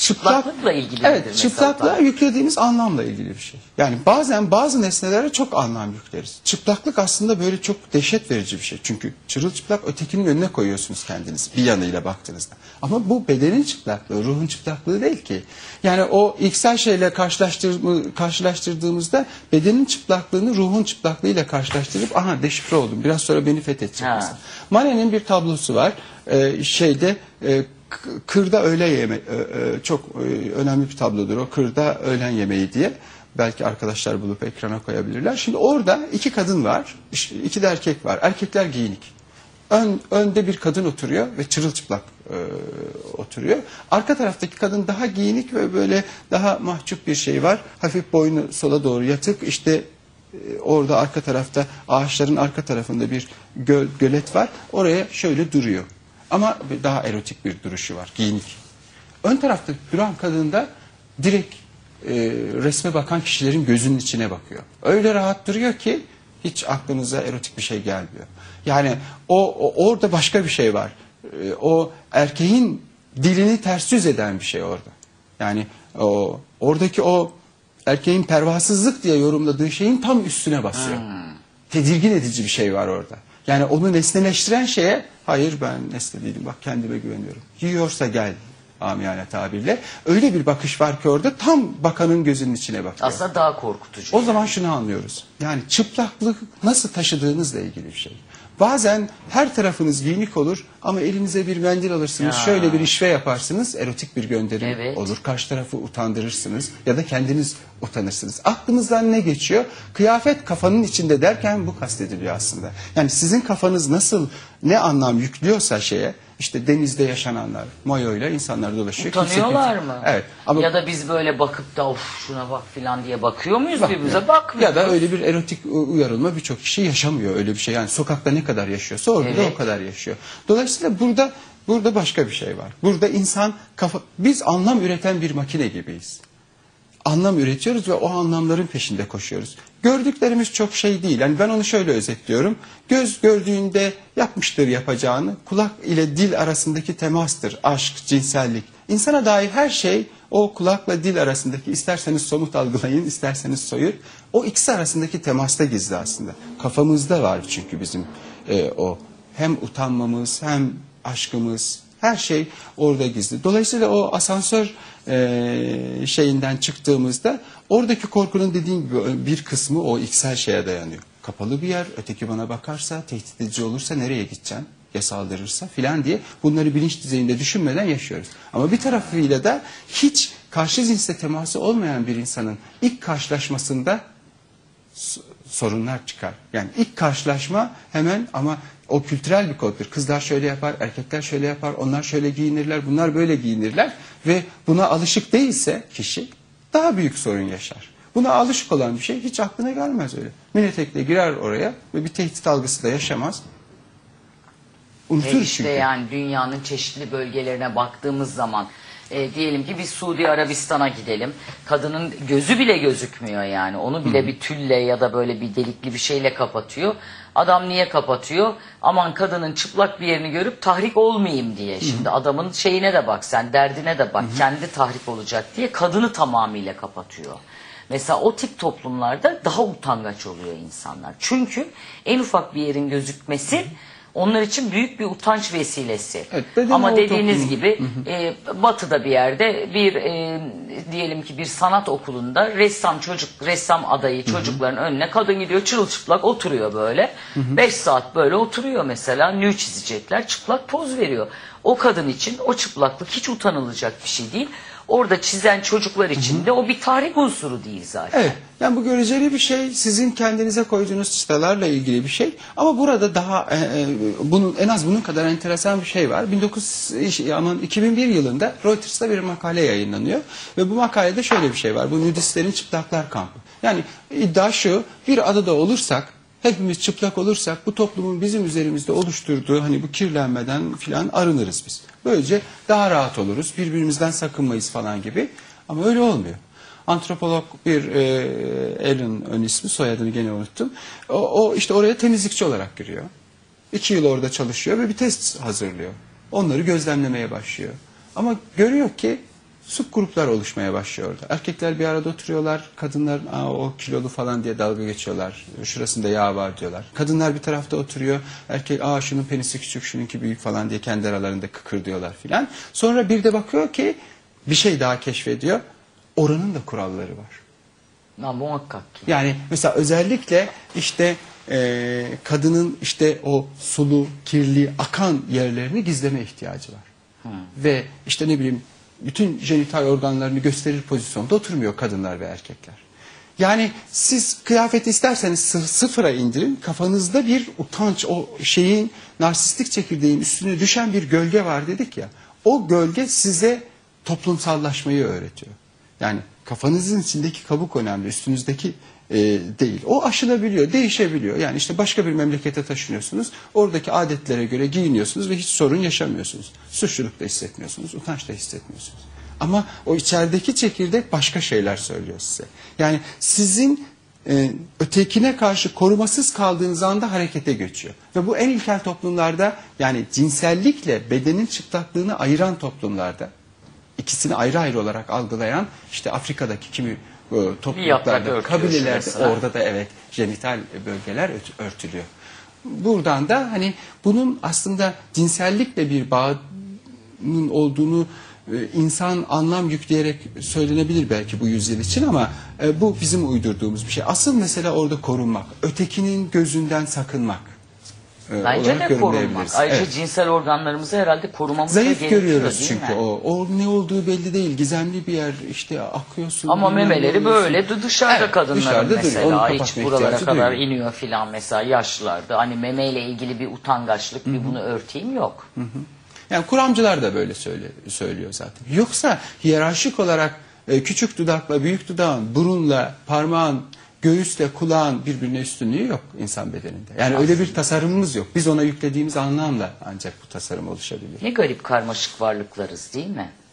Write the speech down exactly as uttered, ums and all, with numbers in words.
çıplaklıkla ilgili evet, midir çıplaklığa mesela? yüklediğimiz anlamla ilgili bir şey. Yani bazen bazı nesnelere çok anlam yükleriz. Çıplaklık aslında böyle çok dehşet verici bir şey. Çünkü çırılçıplak ötekinin önüne koyuyorsunuz kendinizi bir yanıyla baktığınızda. Ama bu bedenin çıplaklığı, ruhun çıplaklığı değil ki. Yani o ilksel şeyle karşılaştır, karşılaştırdığımızda bedenin çıplaklığını ruhun çıplaklığıyla karşılaştırıp aha deşifre oldum. Biraz sonra beni fethedecek mesela. Manet'in bir tablosu var. Ee, şeyde e, Kırda öğle yeme e, e, çok e, önemli bir tablodur o. Kırda öğlen yemeği diye. Belki arkadaşlar bulup ekrana koyabilirler. Şimdi orada iki kadın var, iki de erkek var. Erkekler giyinik. Ön, önde bir kadın oturuyor ve çırılçıplak e, oturuyor. Arka taraftaki kadın daha giyinik ve böyle daha mahcup bir şey var. Hafif boynu sola doğru yatık. İşte e, orada arka tarafta ağaçların arka tarafında bir göl, gölet var. Oraya şöyle duruyor. Ama daha erotik bir duruşu var, giyinik. Ön tarafta duran kadın da direkt e, resme bakan kişilerin gözünün içine bakıyor. Öyle rahat duruyor ki hiç aklınıza erotik bir şey gelmiyor. Yani o, o orada başka bir şey var. E, o erkeğin dilini ters yüz eden bir şey orada. Yani o oradaki o erkeğin pervasızlık diye yorumladığı şeyin tam üstüne basıyor. Hmm. Tedirgin edici bir şey var orada. Yani onu nesneleştiren şeye hayır ben nesne değilim bak kendime güveniyorum. Yiyorsa gel amiyane tabirle. Öyle bir bakış var ki orada tam bakanın gözünün içine bakıyor. Aslında daha korkutucu. O zaman şunu anlıyoruz. Yani çıplaklık nasıl taşıdığınızla ilgili bir şey. Bazen her tarafınız giyinik olur ama elinize bir mendil alırsınız. Ya. Şöyle bir işve yaparsınız. Erotik bir gönderim evet. olur. Karşı tarafı utandırırsınız ya da kendiniz utanırsınız. Aklınızdan ne geçiyor? Kıyafet kafanın içinde derken bu kastediliyor aslında. Yani sizin kafanız nasıl ne anlam yüklüyorsa şeye işte denizde yaşananlar mayoyla insanlar dolaşıyor. Utanıyorlar kimse, mı? Evet. Ama ya da biz böyle bakıp da of şuna bak filan diye bakıyor muyuz birbirimize? Bakmıyoruz. Ya da öyle bir erotik uyarılma birçok kişi yaşamıyor öyle bir şey. Yani sokakta ne kadar yaşıyorsa orada evet. da o kadar yaşıyor. Dolayısıyla burada burada başka bir şey var. Burada insan kafa biz anlam üreten bir makine gibiyiz. Anlam üretiyoruz ve o anlamların peşinde koşuyoruz. Gördüklerimiz çok şey değil. Yani ben onu şöyle özetliyorum. Göz gördüğünde yapmıştır yapacağını. Kulak ile dil arasındaki temastır. Aşk, cinsellik. İnsana dair her şey o kulakla dil arasındaki isterseniz somut algılayın, isterseniz soyut. O ikisi arasındaki temasta gizli aslında. Kafamızda var çünkü bizim e, o. Hem utanmamız hem aşkımız her şey orada gizli. Dolayısıyla o asansör e, şeyinden çıktığımızda oradaki korkunun dediğim gibi bir kısmı o iksel şeye dayanıyor. Kapalı bir yer, öteki bana bakarsa, tehdit edici olursa nereye gideceğim? Ya saldırırsa filan diye bunları bilinç düzeyinde düşünmeden yaşıyoruz. Ama bir tarafıyla da hiç karşı cinsle teması olmayan bir insanın ilk karşılaşmasında sorunlar çıkar. Yani ilk karşılaşma hemen ama o kültürel bir koddur. Kızlar şöyle yapar, erkekler şöyle yapar, onlar şöyle giyinirler, bunlar böyle giyinirler ve buna alışık değilse kişi daha büyük sorun yaşar. Buna alışık olan bir şey hiç aklına gelmez öyle. Mini etekle girer oraya ve bir tehdit algısı da yaşamaz. Unutur e işte çünkü. Yani dünyanın çeşitli bölgelerine baktığımız zaman e, diyelim ki biz Suudi Arabistan'a gidelim. Kadının gözü bile gözükmüyor yani. Onu bile Hı. bir tülle ya da böyle bir delikli bir şeyle kapatıyor. Adam niye kapatıyor? Aman kadının çıplak bir yerini görüp tahrik olmayayım diye. Şimdi Hı. adamın şeyine de bak sen, derdine de bak. Hı. Kendi tahrik olacak diye kadını tamamıyla kapatıyor. Mesela o tip toplumlarda daha utangaç oluyor insanlar. Çünkü en ufak bir yerin gözükmesi Hı. onlar için büyük bir utanç vesilesi. Evet, ama dediğiniz toplum. gibi hı hı. E, batıda bir yerde bir e, diyelim ki bir sanat okulunda ressam çocuk, ressam adayı çocukların hı hı. önüne kadın gidiyor çırılçıplak oturuyor böyle. beş saat böyle oturuyor mesela, nü çizecekler, çıplak poz veriyor. O kadın için o çıplaklık hiç utanılacak bir şey değil. Orada çizen çocuklar için de o bir tahrik unsuru değil zaten. Evet. Yani bu göreceli bir şey, sizin kendinize koyduğunuz çıtalarla ilgili bir şey. Ama burada daha e, e, bunun en az bunun kadar enteresan bir şey var. bin dokuz yüz aman iki bin bir yılında Reuters'ta bir makale yayınlanıyor ve bu makalede şöyle bir şey var. Bu nudistlerin çıplaklar kampı. Yani iddia şu: bir adada olursak, hepimiz çıplak olursak bu toplumun bizim üzerimizde oluşturduğu hani bu kirlenmeden filan arınırız biz. Böylece daha rahat oluruz, birbirimizden sakınmayız falan gibi. Ama öyle olmuyor. Antropolog bir e, Alan ön ismi, soyadını gene unuttum. O, o işte oraya temizlikçi olarak giriyor. İki yıl orada çalışıyor ve bir test hazırlıyor. Onları gözlemlemeye başlıyor. Ama görüyor ki subgruplar oluşmaya başlıyor orada. Erkekler bir arada oturuyorlar, kadınlar Aa, o kilolu falan diye dalga geçiyorlar. Şurasında yağ var diyorlar. Kadınlar bir tarafta oturuyor, erkek aa şunun penisi küçük, şununki büyük falan diye kendi aralarında kıkır diyorlar filan. Sonra bir de bakıyor ki bir şey daha keşfediyor. Oranın da kuralları var. Ya, muhakkak ki. Yani mesela özellikle işte e, kadının işte o sulu, kirli, akan yerlerini gizleme ihtiyacı var. Hmm. Ve işte ne bileyim bütün jenital organlarını gösterir pozisyonda oturmuyor kadınlar ve erkekler. Yani siz kıyafeti isterseniz sı- sıfıra indirin, kafanızda bir utanç, o şeyin narsistik çekirdeğin üstüne düşen bir gölge var dedik ya. O gölge size toplumsallaşmayı öğretiyor. Yani kafanızın içindeki kabuk önemli, üstünüzdeki e, değil. O aşılabiliyor, değişebiliyor. Yani işte başka bir memlekete taşınıyorsunuz, oradaki adetlere göre giyiniyorsunuz ve hiç sorun yaşamıyorsunuz. Suçluluk da hissetmiyorsunuz, utanç da hissetmiyorsunuz. Ama o içerideki çekirdek başka şeyler söylüyor size. Yani sizin e, ötekine karşı korumasız kaldığınız anda harekete geçiyor. Ve bu en ilkel toplumlarda, yani cinsellikle bedenin çıplaklığını ayıran toplumlarda, İkisini ayrı ayrı olarak algılayan işte Afrika'daki kimi e, topluluklarda, kabilelerde orada da evet jenital bölgeler örtülüyor. Buradan da hani bunun aslında cinsellikle bir bağının olduğunu e, insan anlam yükleyerek söylenebilir belki bu yüzyıl için, ama e, bu bizim uydurduğumuz bir şey. Asıl mesele orada korunmak, ötekinin gözünden sakınmak. Bence de korunmak. Ayrıca evet. Cinsel organlarımızı herhalde korumamız da gerekiyor. Zayıf görüyoruz çünkü mi? o. O ne olduğu belli değil. Gizemli bir yer, işte akıyorsun. Ama memeleri böyle dışarıda evet, kadınların dışarıda mesela hiç buralara kadar duyuyor. iniyor filan mesela yaşlılarda. Hani memeyle ilgili bir utangaçlık, Hı -hı. bir bunu örteyim yok. Hı -hı. Yani kuramcılar da böyle söyle, söylüyor zaten. Yoksa hiyerarşik olarak e, küçük dudakla, büyük dudağın, burunla, parmağın, göğüsle kulağın birbirine üstünlüğü yok insan bedeninde. Yani aslında öyle bir tasarımımız yok. Biz ona yüklediğimiz anlamla ancak bu tasarım oluşabilir. Ne garip karmaşık varlıklarız değil mi?